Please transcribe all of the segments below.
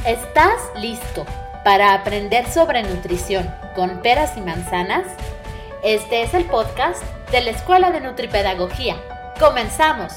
¿Estás listo para aprender sobre nutrición con peras y manzanas? Este es el podcast de la Escuela de Nutripedagogía. ¡Comenzamos!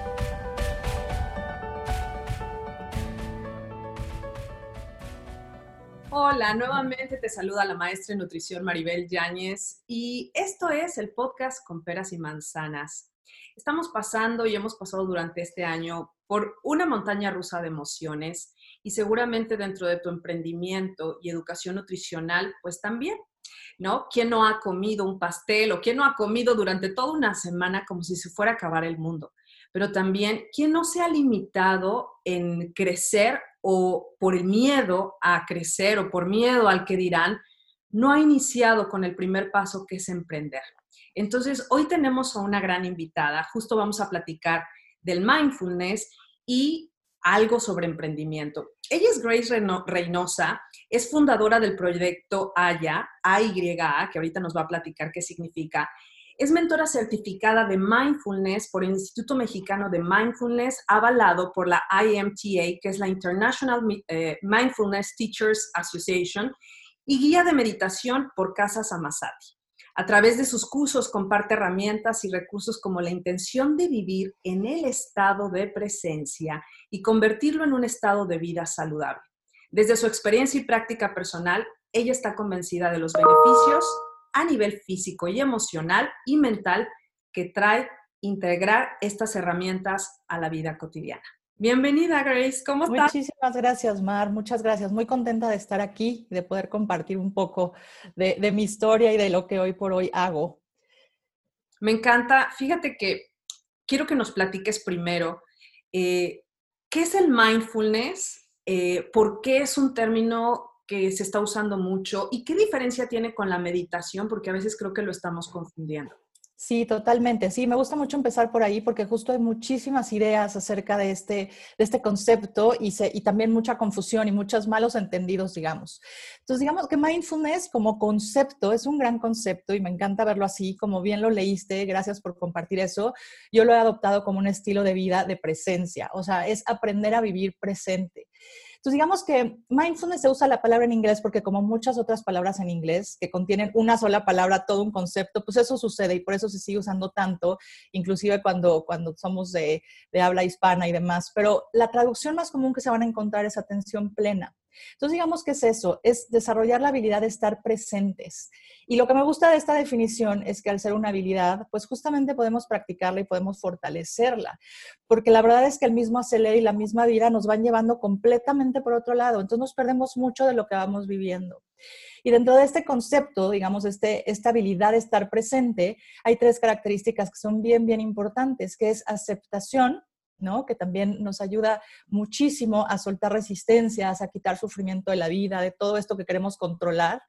Hola, nuevamente te saluda la maestra de nutrición Maribel Yáñez y esto es el podcast con peras y manzanas. Estamos pasando y hemos pasado durante este año por una montaña rusa de emociones y seguramente dentro de tu emprendimiento y educación nutricional, pues también, ¿no? ¿Quién no ha comido un pastel o quién no ha comido durante toda una semana como si se fuera a acabar el mundo? Pero también, ¿quién no se ha limitado en crecer o por el miedo a crecer o por miedo al que dirán, no ha iniciado con el primer paso que es emprender? Entonces, hoy tenemos a una gran invitada. Justo vamos a platicar del mindfulness y algo sobre emprendimiento. Ella es Grace Reynosa, es fundadora del proyecto AYA, AYA, que ahorita nos va a platicar qué significa. Es mentora certificada de Mindfulness por el Instituto Mexicano de Mindfulness, avalado por la IMTA, que es la International Mindfulness Teachers Association, y guía de meditación por Casa Samazati. A través de sus cursos comparte herramientas y recursos como la intención de vivir en el estado de presencia y convertirlo en un estado de vida saludable. Desde su experiencia y práctica personal, ella está convencida de los beneficios a nivel físico y emocional y mental que trae integrar estas herramientas a la vida cotidiana. Bienvenida, Grace, ¿cómo estás? Muchísimas gracias, Mar, muchas gracias. Muy contenta de estar aquí y de poder compartir un poco de mi historia y de lo que hoy por hoy hago. Me encanta. Fíjate que quiero que nos platiques primero qué es el mindfulness, por qué es un término que se está usando mucho y qué diferencia tiene con la meditación, porque a veces creo que lo estamos confundiendo. Sí, totalmente. Sí, me gusta mucho empezar por ahí porque justo hay muchísimas ideas acerca de este concepto y también mucha confusión y muchos malos entendidos, digamos. Entonces, digamos que mindfulness como concepto es un gran concepto y me encanta verlo así, como bien lo leíste, gracias por compartir eso. Yo lo he adoptado como un estilo de vida de presencia, o sea, es aprender a vivir presente. Entonces, digamos que mindfulness se usa la palabra en inglés porque como muchas otras palabras en inglés que contienen una sola palabra, todo un concepto, pues eso sucede y por eso se sigue usando tanto, inclusive cuando somos de habla hispana y demás. Pero la traducción más común que se van a encontrar es atención plena. Entonces, digamos que es eso, es desarrollar la habilidad de estar presentes. Y lo que me gusta de esta definición es que al ser una habilidad, pues justamente podemos practicarla y podemos fortalecerla, porque la verdad es que el mismo acelere y la misma vida nos van llevando completamente por otro lado, entonces nos perdemos mucho de lo que vamos viviendo. Y dentro de este concepto, digamos, esta habilidad de estar presente, hay tres características que son bien, bien importantes, que es aceptación, ¿no? Que también nos ayuda muchísimo a soltar resistencias, a quitar sufrimiento de la vida, de todo esto que queremos controlar.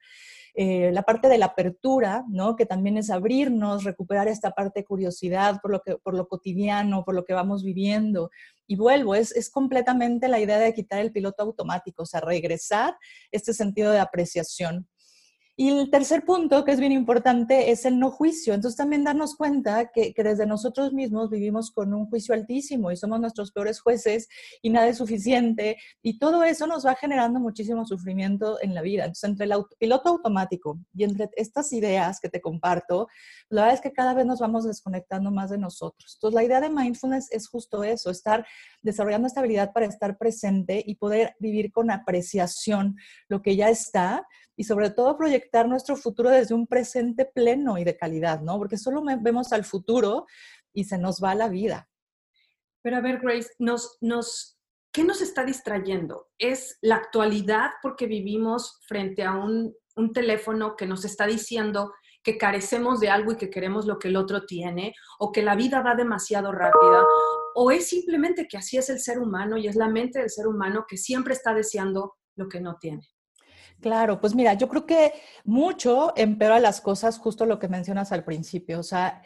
La parte de la apertura, ¿no? Que también es abrirnos, recuperar esta parte de curiosidad por lo cotidiano, por lo que vamos viviendo. Y vuelvo, es completamente la idea de quitar el piloto automático, o sea, regresar este sentido de apreciación. Y el tercer punto, que es bien importante, es el no juicio. Entonces también darnos cuenta que desde nosotros mismos vivimos con un juicio altísimo y somos nuestros peores jueces y nada es suficiente. Y todo eso nos va generando muchísimo sufrimiento en la vida. Entonces entre el piloto automático y entre estas ideas que te comparto, la verdad es que cada vez nos vamos desconectando más de nosotros. Entonces la idea de mindfulness es justo eso, estar desarrollando esta habilidad para estar presente y poder vivir con apreciación lo que ya está, y sobre todo proyectar nuestro futuro desde un presente pleno y de calidad, ¿no? Porque solo vemos al futuro y se nos va la vida. Pero a ver, Grace, ¿qué nos está distrayendo? ¿Es la actualidad porque vivimos frente a un teléfono que nos está diciendo que carecemos de algo y que queremos lo que el otro tiene, o que la vida va demasiado rápida, o es simplemente que así es el ser humano y es la mente del ser humano que siempre está deseando lo que no tiene? Claro, pues mira, yo creo que mucho empeora las cosas, justo lo que mencionas al principio. O sea,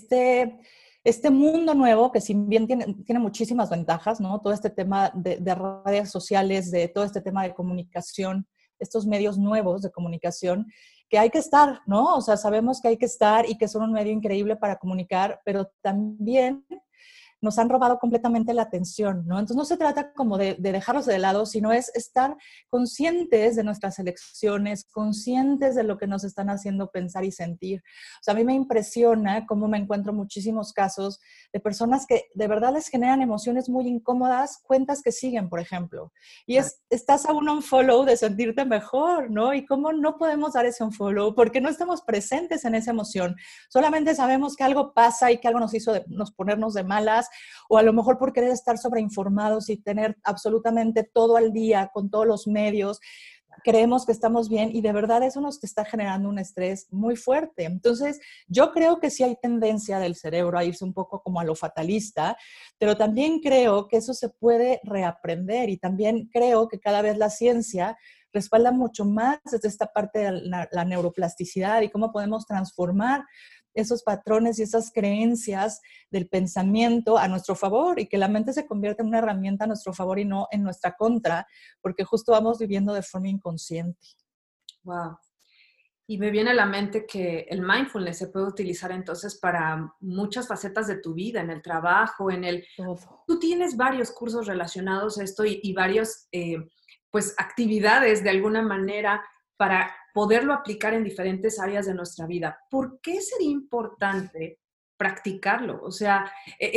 este mundo nuevo, que si bien tiene muchísimas ventajas, ¿no? Todo este tema de redes sociales, de todo este tema de comunicación, estos medios nuevos de comunicación, que hay que estar, ¿no? O sea, sabemos que hay que estar y que son un medio increíble para comunicar, pero también nos han robado completamente la atención, ¿no? Entonces no se trata como de dejarlos de lado, sino es estar conscientes de nuestras elecciones, conscientes de lo que nos están haciendo pensar y sentir. O sea, a mí me impresiona cómo me encuentro muchísimos casos de personas que de verdad les generan emociones muy incómodas, cuentas que siguen, por ejemplo. Y estás a un unfollow de sentirte mejor, ¿no? Y cómo no podemos dar ese unfollow porque no estamos presentes en esa emoción. Solamente sabemos que algo pasa y que algo nos hizo nos ponernos de malas, o a lo mejor por querer estar sobreinformados y tener absolutamente todo al día con todos los medios. Creemos que estamos bien y de verdad eso nos está generando un estrés muy fuerte. Entonces, yo creo que sí hay tendencia del cerebro a irse un poco como a lo fatalista, pero también creo que eso se puede reaprender y también creo que cada vez la ciencia respalda mucho más desde esta parte de la neuroplasticidad y cómo podemos transformar esos patrones y esas creencias del pensamiento a nuestro favor y que la mente se convierta en una herramienta a nuestro favor y no en nuestra contra, porque justo vamos viviendo de forma inconsciente. Wow. Y me viene a la mente que el mindfulness se puede utilizar entonces para muchas facetas de tu vida, en el trabajo, en el... Todo. Tú tienes varios cursos relacionados a esto y varias pues, actividades de alguna manera para poderlo aplicar en diferentes áreas de nuestra vida. ¿Por qué sería importante practicarlo? O sea,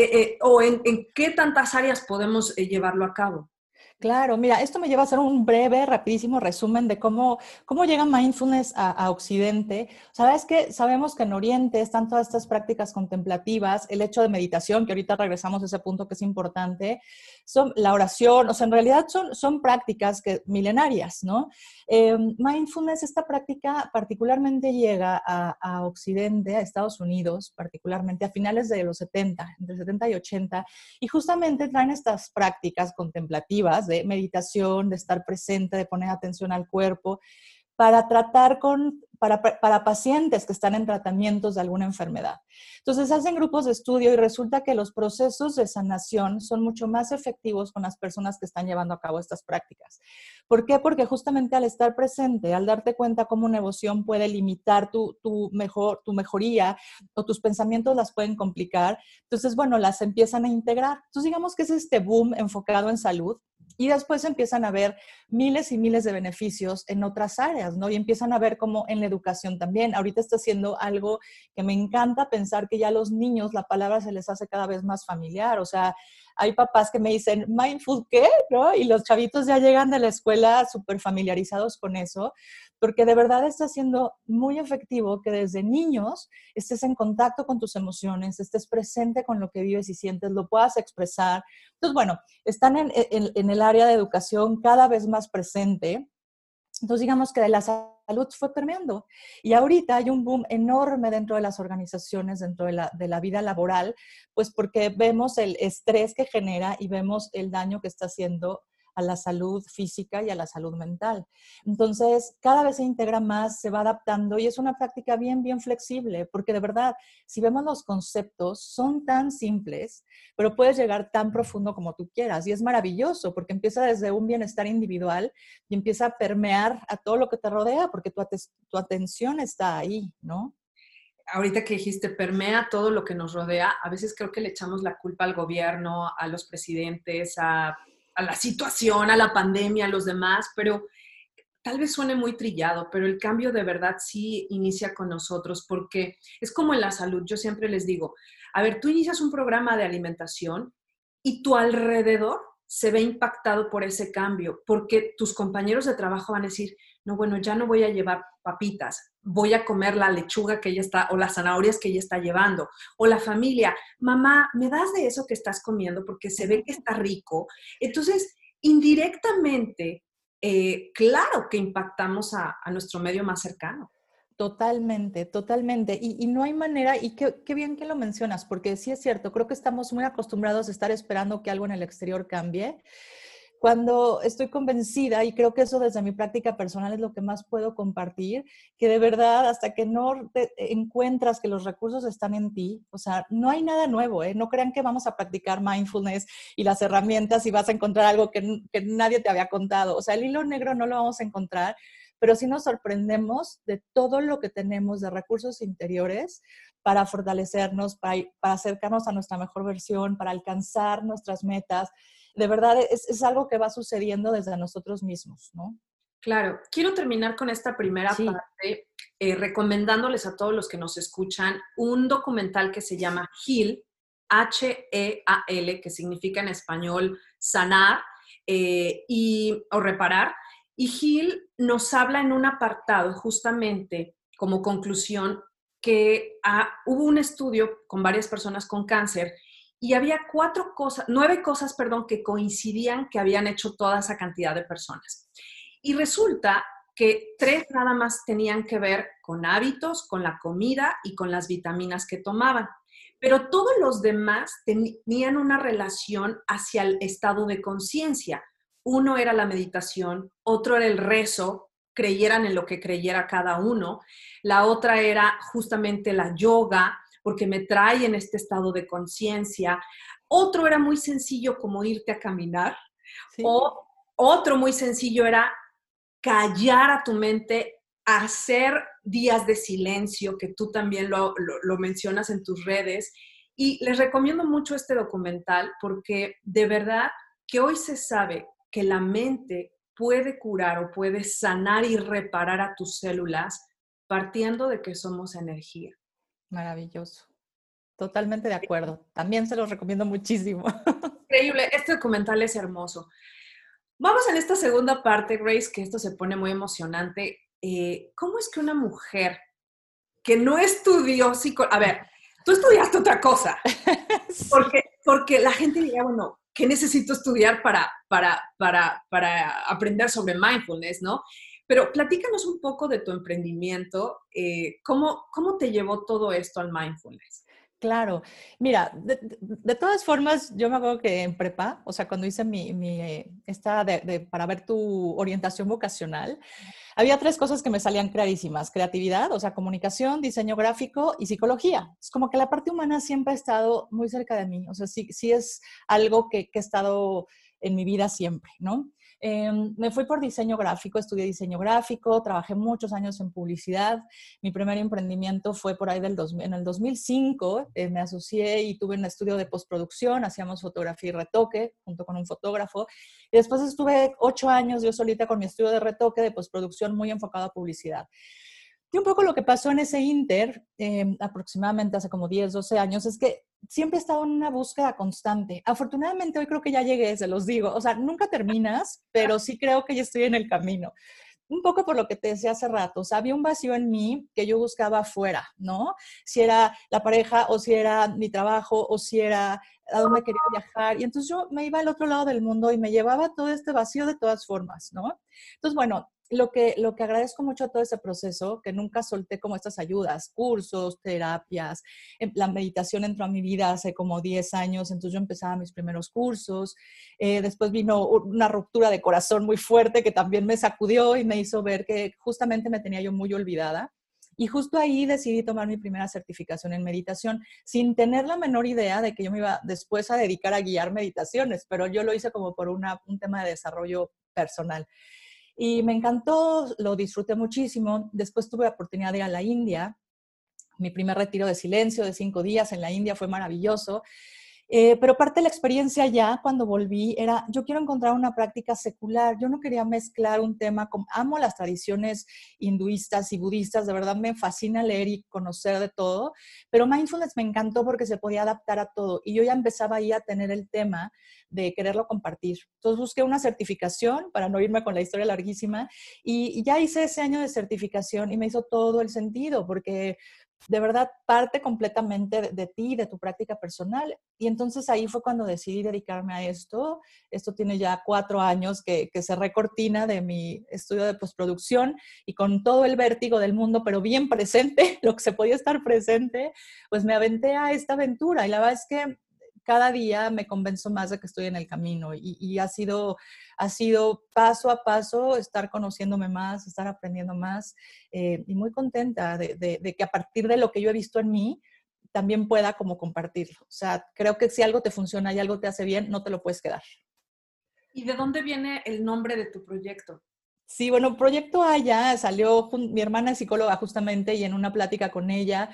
o en qué tantas áreas podemos llevarlo a cabo. Claro, mira, esto me lleva a hacer un breve, rapidísimo resumen de cómo llega mindfulness a Occidente. Sabes que sabemos que en Oriente están todas estas prácticas contemplativas, el hecho de meditación, que ahorita regresamos a ese punto que es importante, son la oración, o sea, en realidad son prácticas milenarias, ¿no? Mindfulness, esta práctica particularmente llega a Occidente, a Estados Unidos, particularmente a finales de los 70, entre 70 y 80, y justamente traen estas prácticas contemplativas de meditación, de estar presente, de poner atención al cuerpo, para tratar para pacientes que están en tratamientos de alguna enfermedad. Entonces hacen grupos de estudio y resulta que los procesos de sanación son mucho más efectivos con las personas que están llevando a cabo estas prácticas. ¿Por qué? Porque justamente al estar presente, al darte cuenta cómo una emoción puede limitar tu mejoría o tus pensamientos las pueden complicar, entonces, bueno, las empiezan a integrar. Entonces, digamos que es este boom enfocado en salud. Y después empiezan a ver miles y miles de beneficios en otras áreas, ¿no? Y empiezan a ver como en la educación también. Ahorita está haciendo algo que me encanta pensar que ya a los niños la palabra se les hace cada vez más familiar. O sea, hay papás que me dicen, ¿mindful qué? ¿No? Y los chavitos ya llegan de la escuela súper familiarizados con eso, porque de verdad está siendo muy efectivo que desde niños estés en contacto con tus emociones, estés presente con lo que vives y sientes, lo puedas expresar. Entonces, bueno, están en el área de educación cada vez más presente. Entonces, digamos que de la salud fue permeando. Y ahorita hay un boom enorme dentro de las organizaciones, dentro de la vida laboral, pues porque vemos el estrés que genera y vemos el daño que está haciendo a la salud física y a la salud mental. Entonces, cada vez se integra más, se va adaptando y es una práctica bien, bien flexible, porque de verdad, si vemos los conceptos, son tan simples, pero puedes llegar tan profundo como tú quieras. Y es maravilloso, porque empieza desde un bienestar individual y empieza a permear a todo lo que te rodea, porque tu atención está ahí, ¿no? Ahorita que dijiste, permea todo lo que nos rodea, a veces creo que le echamos la culpa al gobierno, a los presidentes, a la situación, a la pandemia, a los demás, pero tal vez suene muy trillado, pero el cambio de verdad sí inicia con nosotros, porque es como en la salud. Yo siempre les digo, a ver, tú inicias un programa de alimentación y tu alrededor se ve impactado por ese cambio, porque tus compañeros de trabajo van a decir, no, bueno, ya no voy a llevar papitas, voy a comer la lechuga que ella está, o las zanahorias que ella está llevando, o la familia, mamá, ¿me das de eso que estás comiendo? Porque se ve que está rico. Entonces, indirectamente, claro que impactamos a nuestro medio más cercano. Totalmente, totalmente. Y no hay manera, y qué bien que lo mencionas, porque sí es cierto, creo que estamos muy acostumbrados a estar esperando que algo en el exterior cambie. Cuando estoy convencida, y creo que eso desde mi práctica personal es lo que más puedo compartir, que de verdad hasta que no te encuentras que los recursos están en ti, o sea, no hay nada nuevo, ¿eh? No crean que vamos a practicar mindfulness y las herramientas y vas a encontrar algo que nadie te había contado. O sea, el hilo negro no lo vamos a encontrar, pero sí nos sorprendemos de todo lo que tenemos de recursos interiores para fortalecernos, para acercarnos a nuestra mejor versión, para alcanzar nuestras metas. De verdad, es algo que va sucediendo desde nosotros mismos, ¿no? Claro, quiero terminar con esta primera Sí, parte recomendándoles a todos los que nos escuchan un documental que se llama HEAL, H-E-A-L, que significa en español sanar o reparar. Y HEAL nos habla en un apartado justamente como conclusión que hubo un estudio con varias personas con cáncer y había 9 cosas, perdón, que coincidían que habían hecho toda esa cantidad de personas. Y resulta que 3 nada más tenían que ver con hábitos, con la comida y con las vitaminas que tomaban. Pero todos los demás tenían una relación hacia el estado de conciencia. Uno era la meditación, otro era el rezo, creyeran en lo que creyera cada uno. La otra era justamente la yoga, porque me trae en este estado de conciencia. Otro era muy sencillo como irte a caminar. sí. O otro muy sencillo era callar a tu mente, hacer días de silencio, que tú también lo mencionas en tus redes. Y les recomiendo mucho este documental porque de verdad que hoy se sabe que la mente puede curar o puede sanar y reparar a tus células partiendo de que somos energía. Maravilloso. Totalmente de acuerdo. También se los recomiendo muchísimo. Increíble, este documental es hermoso. Vamos en esta segunda parte, Grace, que esto se pone muy emocionante. ¿Cómo es que una mujer que no estudió psicología... A ver, tú estudiaste otra cosa, Sí. porque la gente diría, bueno, ¿qué necesito estudiar para aprender sobre mindfulness, no? Pero platícanos un poco de tu emprendimiento. ¿Cómo te llevó todo esto al mindfulness? Claro, mira, de todas formas, yo me acuerdo que en prepa, o sea, cuando hice esta para ver tu orientación vocacional, había 3 cosas que me salían clarísimas: creatividad, o sea, comunicación, diseño gráfico y psicología. Es como que la parte humana siempre ha estado muy cerca de mí, o sea, sí es algo que ha estado en mi vida siempre, ¿no? Me fui por diseño gráfico, estudié diseño gráfico, trabajé muchos años en publicidad. Mi primer emprendimiento fue por ahí en el 2005. Me asocié y tuve un estudio de postproducción, hacíamos fotografía y retoque junto con un fotógrafo. Y después estuve 8 años yo solita con mi estudio de retoque de postproducción muy enfocado a publicidad. Y un poco lo que pasó en ese inter, aproximadamente hace como 10, 12 años, es que siempre he estado en una búsqueda constante. Afortunadamente hoy creo que ya llegué, se los digo. O sea, nunca terminas, pero sí creo que ya estoy en el camino. Un poco por lo que te decía hace rato, o sea, había un vacío en mí que yo buscaba afuera, ¿no? Si era la pareja, o si era mi trabajo, o si era a dónde quería viajar. Y entonces yo me iba al otro lado del mundo y me llevaba todo este vacío de todas formas, ¿no? Entonces, bueno, lo que agradezco mucho a todo ese proceso, que nunca solté como estas ayudas, cursos, terapias. La meditación entró a mi vida hace como 10 años, entonces yo empezaba mis primeros cursos. Después vino una ruptura de corazón muy fuerte que también me sacudió y me hizo ver que justamente me tenía yo muy olvidada. Y justo ahí decidí tomar mi primera certificación en meditación, sin tener la menor idea de que yo me iba después a dedicar a guiar meditaciones, pero yo lo hice como por un tema de desarrollo personal. Y me encantó, lo disfruté muchísimo. Después tuve la oportunidad de ir a la India. Mi primer retiro de silencio de 5 días en la India fue maravilloso. Pero parte de la experiencia ya cuando volví era, yo quiero encontrar una práctica secular. Yo no quería mezclar un tema como, amo las tradiciones hinduistas y budistas, de verdad me fascina leer y conocer de todo, pero mindfulness me encantó porque se podía adaptar a todo. Y yo ya empezaba ahí a tener el tema de quererlo compartir. Entonces busqué una certificación para no irme con la historia larguísima y ya hice ese año de certificación y me hizo todo el sentido porque de verdad parte completamente de ti, de tu práctica personal. Y entonces ahí fue cuando decidí dedicarme a esto. Esto tiene ya 4 años que cerré cortina de mi estudio de postproducción y con todo el vértigo del mundo, pero bien presente, lo que se podía estar presente, pues me aventé a esta aventura. Y la verdad es que cada día me convenzo más de que estoy en el camino y ha sido paso a paso estar conociéndome más, estar aprendiendo más y muy contenta de que a partir de lo que yo he visto en mí, también pueda como compartirlo. O sea, creo que si algo te funciona y algo te hace bien, no te lo puedes quedar. ¿Y de dónde viene el nombre de tu proyecto? Sí, bueno, Proyecto Aya salió, mi hermana es psicóloga justamente y en una plática con ella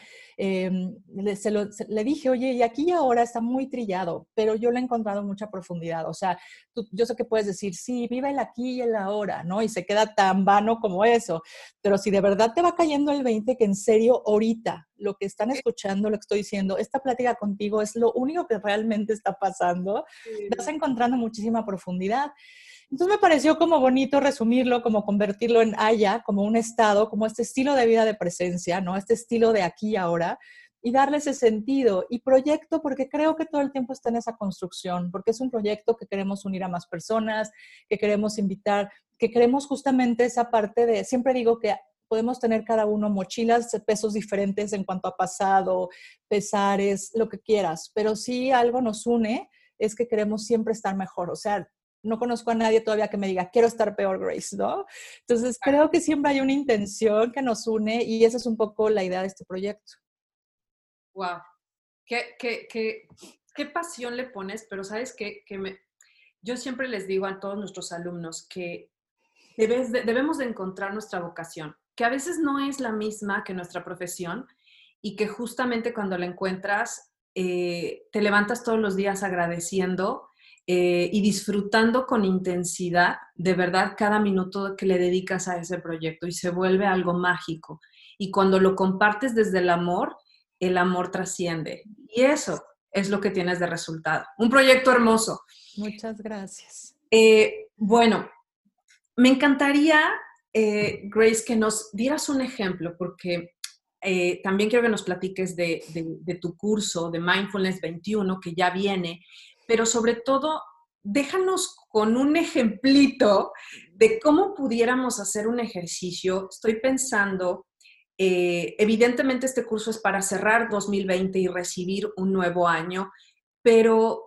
le dije, oye, y aquí y ahora está muy trillado, pero yo le he encontrado mucha profundidad. O sea, yo sé que puedes decir, sí, vive el aquí y el ahora, ¿no? Y se queda tan vano como eso. Pero si de verdad te va cayendo el 20, que en serio ahorita lo que están escuchando, lo que estoy diciendo, esta plática contigo es lo único que realmente está pasando, vas encontrando muchísima profundidad. Entonces me pareció como bonito resumirlo, como convertirlo en Aya, como un estado, como este estilo de vida de presencia, ¿no? Este estilo de aquí y ahora, y darle ese sentido. Y proyecto, porque creo que todo el tiempo está en esa construcción, porque es un proyecto que queremos unir a más personas, que queremos invitar, que queremos justamente esa parte de, siempre digo que podemos tener cada uno mochilas, pesos diferentes en cuanto a pasado, pesares, lo que quieras, pero si algo nos une es que queremos siempre estar mejor. O sea, no conozco a nadie todavía que me diga, quiero estar peor, Grace, ¿no? Entonces, creo que siempre hay una intención que nos une y esa es un poco la idea de este proyecto. Wow. Qué pasión le pones, pero sabes qué, yo siempre les digo a todos nuestros alumnos que debemos de encontrar nuestra vocación, que a veces no es la misma que nuestra profesión y que justamente cuando la encuentras, te levantas todos los días agradeciendo y disfrutando con intensidad, de verdad, cada minuto que le dedicas a ese proyecto y se vuelve algo mágico. Y cuando lo compartes desde el amor trasciende. Y eso es lo que tienes de resultado. Un proyecto hermoso. Muchas gracias. Bueno, me encantaría, Grace, que nos dieras un ejemplo, porque también quiero que nos platiques de tu curso de Mindfulness 21, que ya viene, pero sobre todo, déjanos con un ejemplito de cómo pudiéramos hacer un ejercicio. Estoy pensando, evidentemente este curso es para cerrar 2020 y recibir un nuevo año, pero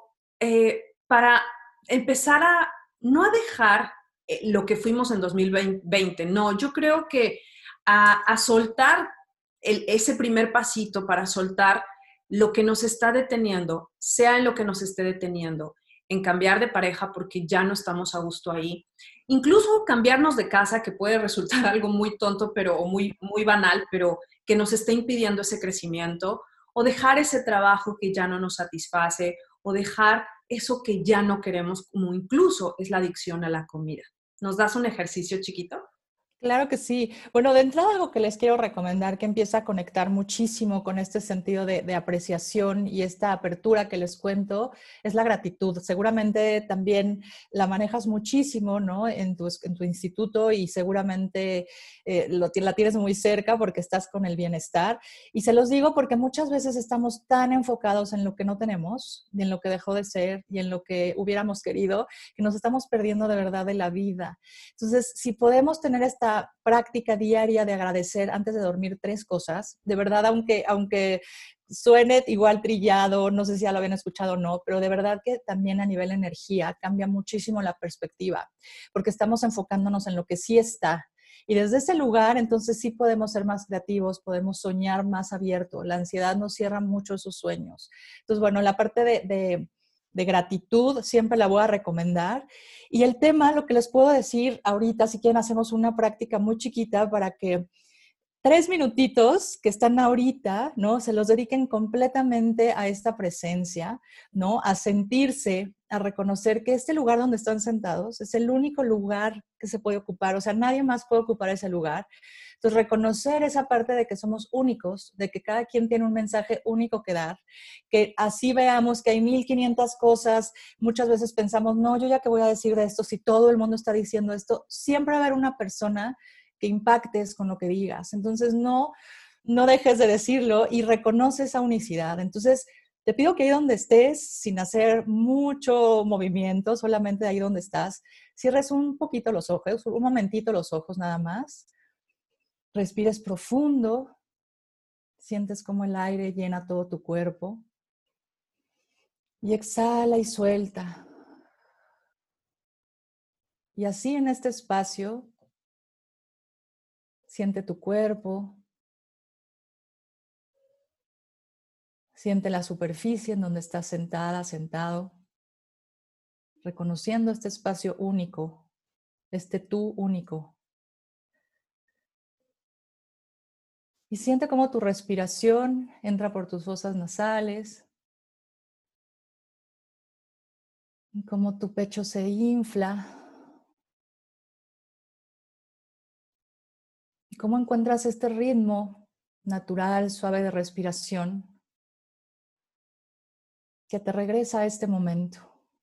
para empezar a no a dejar lo que fuimos en 2020. No, yo creo que a soltar ese primer pasito para soltar lo que nos está deteniendo, sea en lo que nos esté deteniendo, en cambiar de pareja porque ya no estamos a gusto ahí, incluso cambiarnos de casa, que puede resultar algo muy tonto pero, o muy, muy banal, pero que nos esté impidiendo ese crecimiento, o dejar ese trabajo que ya no nos satisface, o dejar eso que ya no queremos, como incluso es la adicción a la comida. ¿Nos das un ejercicio chiquito? Claro que sí. Bueno, de entrada algo que les quiero recomendar que empieza a conectar muchísimo con este sentido de apreciación y esta apertura que les cuento es la gratitud. Seguramente también la manejas muchísimo, ¿no? En tu instituto y seguramente la tienes muy cerca porque estás con el bienestar. Y se los digo porque muchas veces estamos tan enfocados en lo que no tenemos y en lo que dejó de ser y en lo que hubiéramos querido que nos estamos perdiendo de verdad de la vida. Entonces, si podemos tener esta práctica diaria de agradecer antes de dormir 3 cosas, de verdad, aunque suene igual trillado, no sé si ya lo habían escuchado o no, pero de verdad que también a nivel energía cambia muchísimo la perspectiva, porque estamos enfocándonos en lo que sí está. Y desde ese lugar, entonces sí podemos ser más creativos, podemos soñar más abierto. La ansiedad nos cierra mucho esos sueños. Entonces, bueno, la parte de gratitud siempre la voy a recomendar. Y el tema, lo que les puedo decir ahorita, si quieren, hacemos una práctica muy chiquita para que 3 minutitos que están ahorita, ¿no? Se los dediquen completamente a esta presencia, ¿no? A sentirse, a reconocer que este lugar donde están sentados es el único lugar que se puede ocupar, o sea, nadie más puede ocupar ese lugar. Entonces, reconocer esa parte de que somos únicos, de que cada quien tiene un mensaje único que dar, que así veamos que hay 1500 cosas, muchas veces pensamos, no, yo ya qué voy a decir de esto, si todo el mundo está diciendo esto, siempre va a haber una persona que impactes con lo que digas. Entonces, no dejes de decirlo y reconoce esa unicidad. Entonces, te pido que ahí donde estés, sin hacer mucho movimiento, solamente ahí donde estás, cierres un poquito los ojos, un momentito los ojos nada más. Respires profundo, sientes como el aire llena todo tu cuerpo. Y exhala y suelta. Y así en este espacio, siente tu cuerpo, siente la superficie en donde estás sentada, sentado, reconociendo este espacio único, este tú único. Y siente cómo tu respiración entra por tus fosas nasales, y cómo tu pecho se infla, y cómo encuentras este ritmo natural, suave de respiración que te regresa a este momento.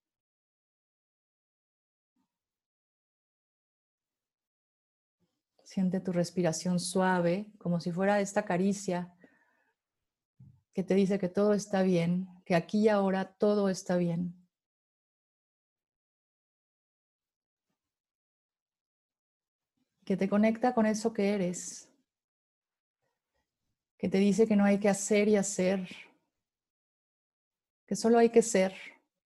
Siente tu respiración suave, como si fuera esta caricia que te dice que todo está bien, que aquí y ahora todo está bien. Que te conecta con eso que eres, que te dice que no hay que hacer y hacer, que solo hay que ser.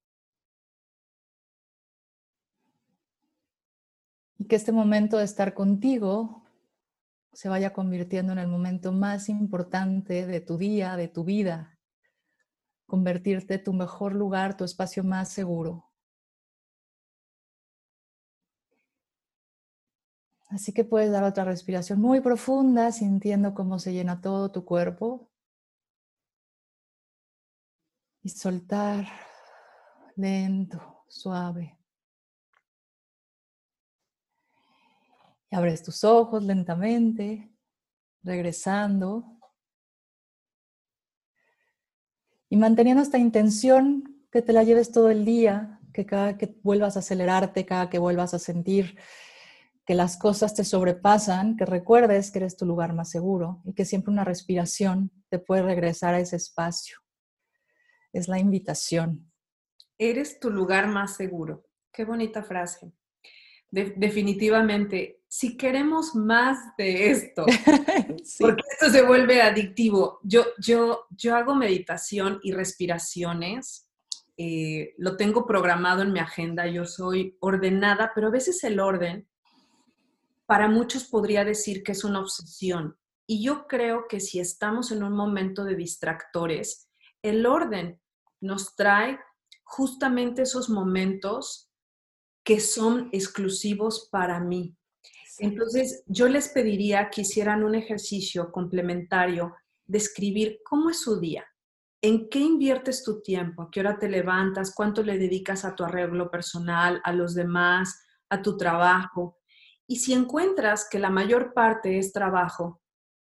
Y que este momento de estar contigo se vaya convirtiendo en el momento más importante de tu día, de tu vida. Convertirte tu mejor lugar, tu espacio más seguro. Así que puedes dar otra respiración muy profunda, sintiendo cómo se llena todo tu cuerpo. Y soltar lento, suave. Y abres tus ojos lentamente, regresando. Y manteniendo esta intención que te la lleves todo el día, que cada que vuelvas a acelerarte, cada que vuelvas a sentir que las cosas te sobrepasan, que recuerdes que eres tu lugar más seguro y que siempre una respiración te puede regresar a ese espacio. Es la invitación. Eres tu lugar más seguro. Qué bonita frase. Definitivamente, si queremos más de esto, Sí. porque esto se vuelve adictivo. Yo hago meditación y respiraciones, lo tengo programado en mi agenda, yo soy ordenada, pero a veces el orden para muchos podría decir que es una obsesión. Y yo creo que si estamos en un momento de distractores, el orden nos trae justamente esos momentos que son exclusivos para mí. Entonces, yo les pediría que hicieran un ejercicio complementario de escribir cómo es su día, en qué inviertes tu tiempo, a qué hora te levantas, cuánto le dedicas a tu arreglo personal, a los demás, a tu trabajo. Y si encuentras que la mayor parte es trabajo,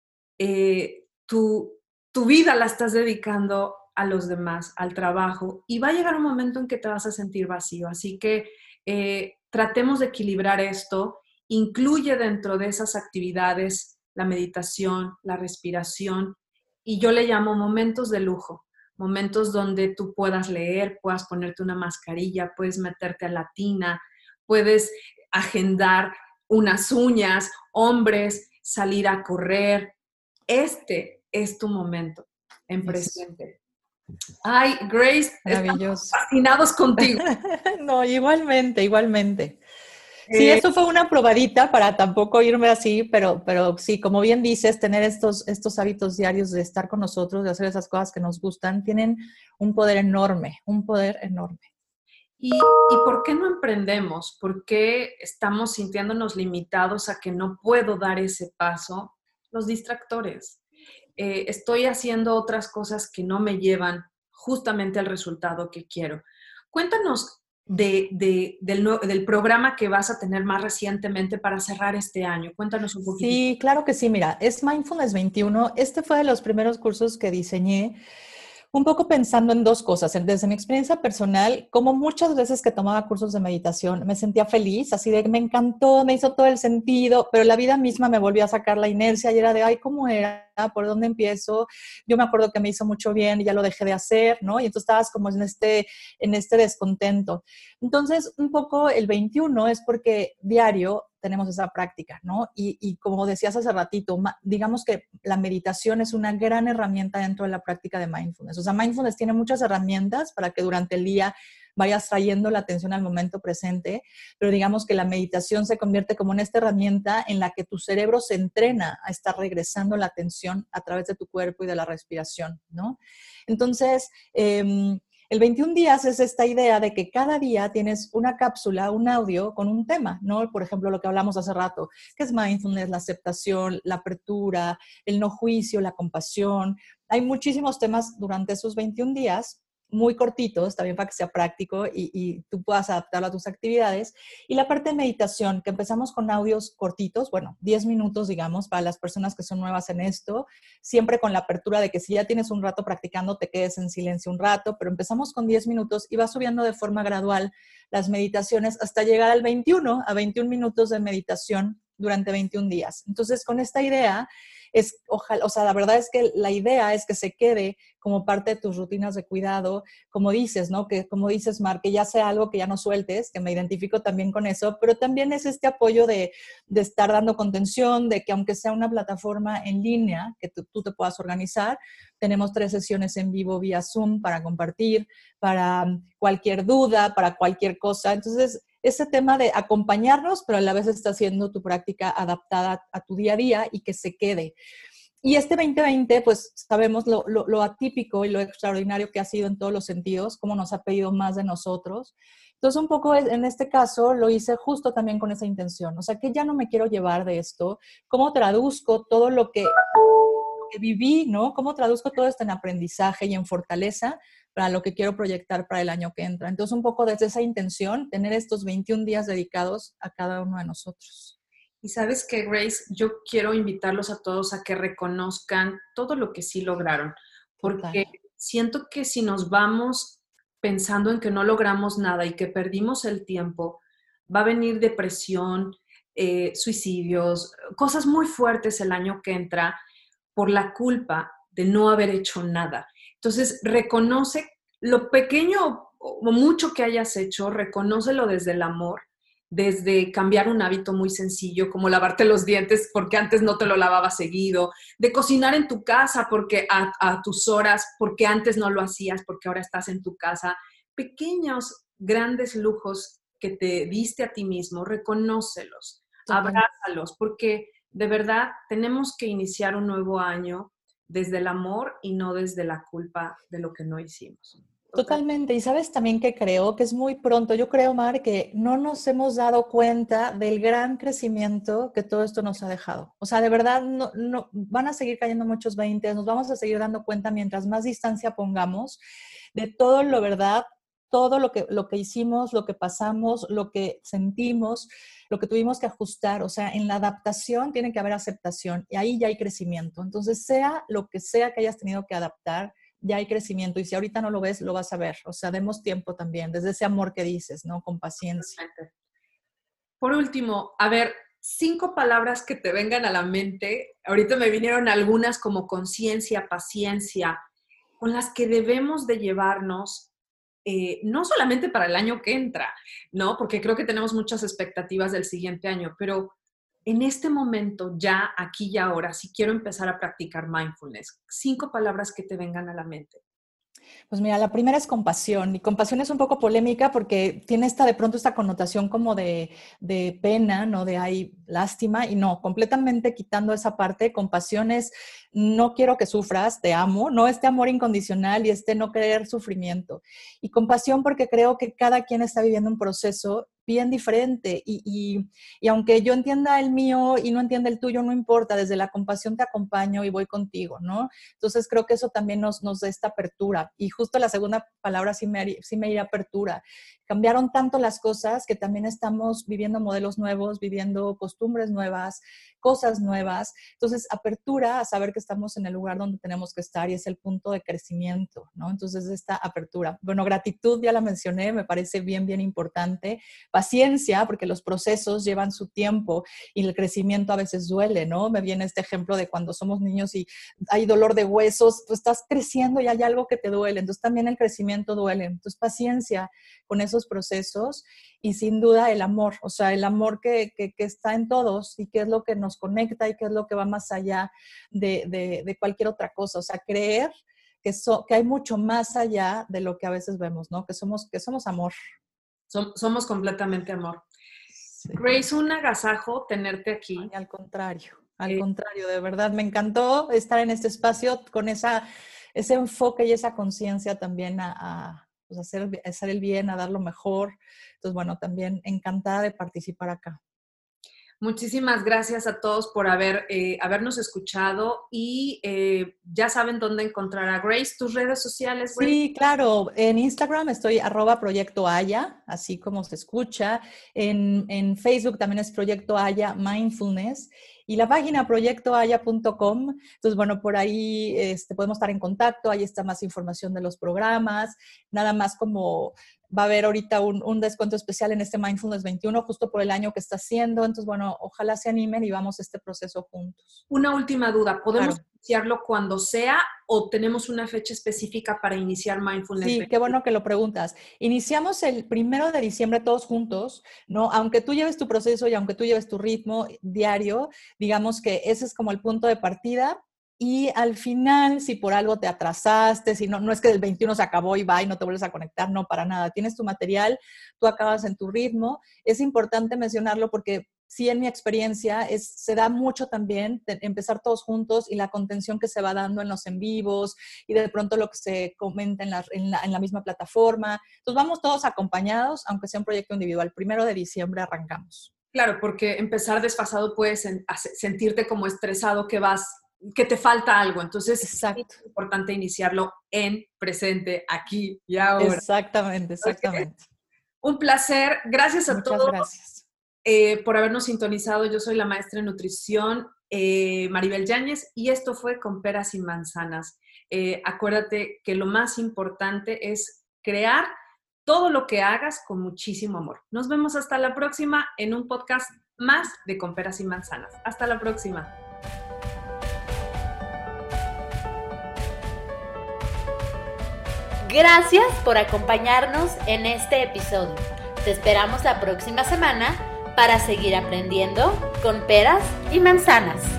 tu vida la estás dedicando a los demás, al trabajo, y va a llegar un momento en que te vas a sentir vacío. Así que tratemos de equilibrar esto. Incluye dentro de esas actividades la meditación, la respiración, y yo le llamo momentos de lujo, momentos donde tú puedas leer, puedas ponerte una mascarilla, puedes meterte a la tina, puedes agendar unas uñas, hombres, salir a correr. Este es tu momento en presente. Ay, Grace, Maravilloso. estamos fascinados contigo. No, igualmente, igualmente. Sí, eso fue una probadita para tampoco irme así, pero sí, como bien dices, tener estos hábitos diarios de estar con nosotros, de hacer esas cosas que nos gustan, tienen un poder enorme, un poder enorme. ¿Y por qué no emprendemos? ¿Por qué estamos sintiéndonos limitados a que no puedo dar ese paso? Los distractores. Estoy haciendo otras cosas que no me llevan justamente al resultado que quiero. Cuéntanos del programa que vas a tener más recientemente para cerrar este año. Cuéntanos un poquito. Sí, claro que sí. Mira, es Mindfulness 21. Este fue de los primeros cursos que diseñé, un poco pensando en dos cosas. Desde mi experiencia personal, como muchas veces que tomaba cursos de meditación, me sentía feliz, así de me encantó, me hizo todo el sentido, pero la vida misma me volvió a sacar la inercia y era de, ay, ¿cómo era? ¿Por dónde empiezo? Yo me acuerdo que me hizo mucho bien y ya lo dejé de hacer, ¿no? Y entonces estabas como en este descontento. Entonces, un poco el 21 es porque diario tenemos esa práctica, ¿no? Y como decías hace ratito, digamos que la meditación es una gran herramienta dentro de la práctica de mindfulness. O sea, mindfulness tiene muchas herramientas para que durante el día vayas trayendo la atención al momento presente, pero digamos que la meditación se convierte como en esta herramienta en la que tu cerebro se entrena a estar regresando la atención a través de tu cuerpo y de la respiración, ¿no? Entonces, El 21 días es esta idea de que cada día tienes una cápsula, un audio con un tema, ¿no? Por ejemplo, lo que hablamos hace rato, que es mindfulness, la aceptación, la apertura, el no juicio, la compasión. Hay muchísimos temas durante esos 21 días, muy cortitos, también para que sea práctico y tú puedas adaptarlo a tus actividades. Y la parte de meditación, que empezamos con audios cortitos, bueno, 10 minutos, digamos, para las personas que son nuevas en esto, siempre con la apertura de que si ya tienes un rato practicando, te quedes en silencio un rato, pero empezamos con 10 minutos y va subiendo de forma gradual las meditaciones hasta llegar al 21, a 21 minutos de meditación durante 21 días. Entonces, con esta idea, ojalá, o sea, la verdad es que la idea es que se quede como parte de tus rutinas de cuidado, como dices, ¿no? Que como dices, Mar, que ya sea algo que ya no sueltes, que me identifico también con eso, pero también es este apoyo de estar dando contención, de que aunque sea una plataforma en línea, que tú te puedas organizar, tenemos 3 sesiones en vivo vía Zoom para compartir, para cualquier duda, para cualquier cosa. Entonces, ese tema de acompañarnos, pero a la vez está haciendo tu práctica adaptada a tu día a día y que se quede. Y este 2020, pues sabemos lo atípico y lo extraordinario que ha sido en todos los sentidos, cómo nos ha pedido más de nosotros. Entonces, un poco en este caso lo hice justo también con esa intención. O sea, que ya no me quiero llevar de esto, cómo traduzco todo lo que viví, ¿no? Cómo traduzco todo esto en aprendizaje y en fortaleza para lo que quiero proyectar para el año que entra. Entonces, un poco desde esa intención, tener estos 21 días dedicados a cada uno de nosotros. Y sabes qué, Grace, yo quiero invitarlos a todos a que reconozcan todo lo que sí lograron, Total. porque siento que si nos vamos pensando en que no logramos nada y que perdimos el tiempo, va a venir depresión, suicidios, cosas muy fuertes el año que entra por la culpa de no haber hecho nada. Entonces, reconoce lo pequeño o mucho que hayas hecho, reconócelo desde el amor, desde cambiar un hábito muy sencillo como lavarte los dientes porque antes no te lo lavabas seguido, de cocinar en tu casa porque a tus horas, porque antes no lo hacías, porque ahora estás en tu casa. Pequeños, grandes lujos que te diste a ti mismo, reconócelos, Total. abrázalos, porque de verdad tenemos que iniciar un nuevo año desde el amor y no desde la culpa de lo que no hicimos. Total. Totalmente. Y sabes también que creo que es muy pronto. Yo creo, Mar, que no nos hemos dado cuenta del gran crecimiento que todo esto nos ha dejado. O sea, de verdad, no, van a seguir cayendo muchos 20, nos vamos a seguir dando cuenta mientras más distancia pongamos de todo lo verdad, todo lo que hicimos, lo que pasamos, lo que sentimos, lo que tuvimos que ajustar. O sea, en la adaptación tiene que haber aceptación y ahí ya hay crecimiento. Entonces, sea lo que sea que hayas tenido que adaptar, ya hay crecimiento y si ahorita no lo ves, lo vas a ver. O sea, demos tiempo también, desde ese amor que dices, ¿no? Con paciencia. Por último, a ver, 5 palabras que te vengan a la mente. Ahorita me vinieron algunas como conciencia, paciencia, con las que debemos de llevarnos, no solamente para el año que entra, ¿no? Porque creo que tenemos muchas expectativas del siguiente año, pero en este momento, ya, aquí y ahora, si quiero empezar a practicar mindfulness, 5 palabras que te vengan a la mente. Pues mira, la primera es compasión y compasión es un poco polémica porque tiene de pronto esta connotación como de pena, ¿no? De ay, lástima y no, completamente quitando esa parte, compasión es no quiero que sufras, te amo, no este amor incondicional y este no querer sufrimiento. Y compasión porque creo que cada quien está viviendo un proceso bien diferente y aunque yo entienda el mío y no entienda el tuyo, no importa, desde la compasión te acompaño y voy contigo, ¿no? Entonces creo que eso también nos da esta apertura. Y justo la segunda palabra sí me iría apertura. Cambiaron tanto las cosas que también estamos viviendo modelos nuevos, viviendo costumbres nuevas, cosas nuevas. Entonces, apertura a saber que estamos en el lugar donde tenemos que estar y es el punto de crecimiento, ¿no? Entonces, esta apertura. Bueno, gratitud ya la mencioné, me parece bien, bien importante. Paciencia, porque los procesos llevan su tiempo y el crecimiento a veces duele, ¿no? Me viene este ejemplo de cuando somos niños y hay dolor de huesos, pues estás creciendo y hay algo que te duele. Entonces, también el crecimiento duele. Entonces, paciencia con esos procesos y sin duda el amor, o sea, el amor que está en todos y que es lo que nos conecta y que es lo que va más allá de cualquier otra cosa, o sea, creer que hay mucho más allá de lo que a veces vemos, ¿no? Que somos amor. Somos completamente amor. Sí. Grace, un agasajo tenerte aquí. Ay, al contrario, de verdad, me encantó estar en este espacio con ese enfoque y esa conciencia también pues hacer el bien, a dar lo mejor. Entonces, bueno, también encantada de participar acá. Muchísimas gracias a todos por habernos escuchado y ya saben dónde encontrar a Grace. ¿Tus redes sociales, Grace? Sí, claro. En Instagram estoy @Proyecto Aya, así como se escucha. En Facebook también es Proyecto Aya Mindfulness. Y la página proyectoaya.com. Entonces, bueno, por ahí podemos estar en contacto. Ahí está más información de los programas. Nada más como va a haber ahorita un descuento especial en este Mindfulness 21, justo por el año que está haciendo. Entonces, bueno, ojalá se animen y vamos a este proceso juntos. Una última duda. ¿Podemos iniciarlo cuando sea o tenemos una fecha específica para iniciar Mindfulness? Sí, qué bueno que lo preguntas. Iniciamos el 1 de diciembre todos juntos, ¿no? Aunque tú lleves tu proceso y aunque tú lleves tu ritmo diario, digamos que ese es como el punto de partida. Y al final, si por algo te atrasaste, si no es que el 21 se acabó y va y no te vuelves a conectar, no, para nada. Tienes tu material, tú acabas en tu ritmo. Es importante mencionarlo porque sí, en mi experiencia, se da mucho también empezar todos juntos y la contención que se va dando en los en vivos y de pronto lo que se comenta en la misma plataforma. Entonces, vamos todos acompañados, aunque sea un proyecto individual. 1 de diciembre arrancamos. Claro, porque empezar desfasado puedes sentirte como estresado que te falta algo. Entonces, exacto, es importante iniciarlo en presente, aquí y ahora. Exactamente. Okay. Un placer. Gracias a todos. Muchas gracias. Por habernos sintonizado. Yo soy la maestra de nutrición, Maribel Yáñez, y esto fue Con Peras y Manzanas. Acuérdate que lo más importante es crear todo lo que hagas con muchísimo amor. Nos vemos hasta la próxima en un podcast más de Con Peras y Manzanas. Hasta la próxima. Gracias por acompañarnos en este episodio. Te esperamos la próxima semana para seguir aprendiendo con peras y manzanas.